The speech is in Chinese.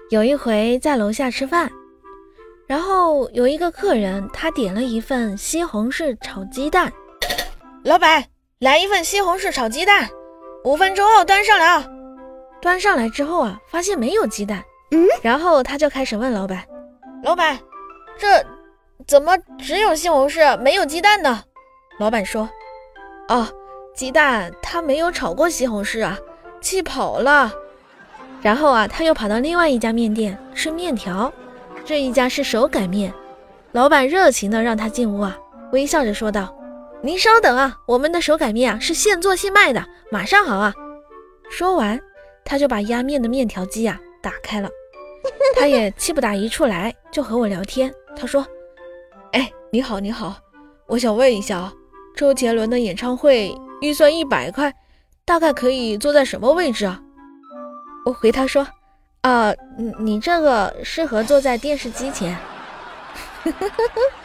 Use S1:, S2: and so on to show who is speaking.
S1: 有一回在楼下吃饭，然后有一个客人，他点了一份西红柿炒鸡蛋。
S2: 老板，来一份西红柿炒鸡蛋，5分钟后端上来啊。
S1: 端上来之后啊，发现没有鸡蛋，然后他就开始问老板，
S2: 老板，这怎么只有西红柿没有鸡蛋呢？
S1: 老板说，哦，鸡蛋他没有炒过西红柿啊，气跑了。然后啊，他又跑到另外一家面店吃面条，这一家是手擀面。老板热情的让他进屋啊，微笑着说道，您稍等啊，我们的手擀面啊是现做现卖的，马上好啊。说完他就把压面的面条机啊打开了，他也气不打一处来，就和我聊天。他说，哎，你好，我想问一下啊，周杰伦的演唱会预算100块，大概可以坐在什么位置啊？我回他说，你这个适合坐在电视机前。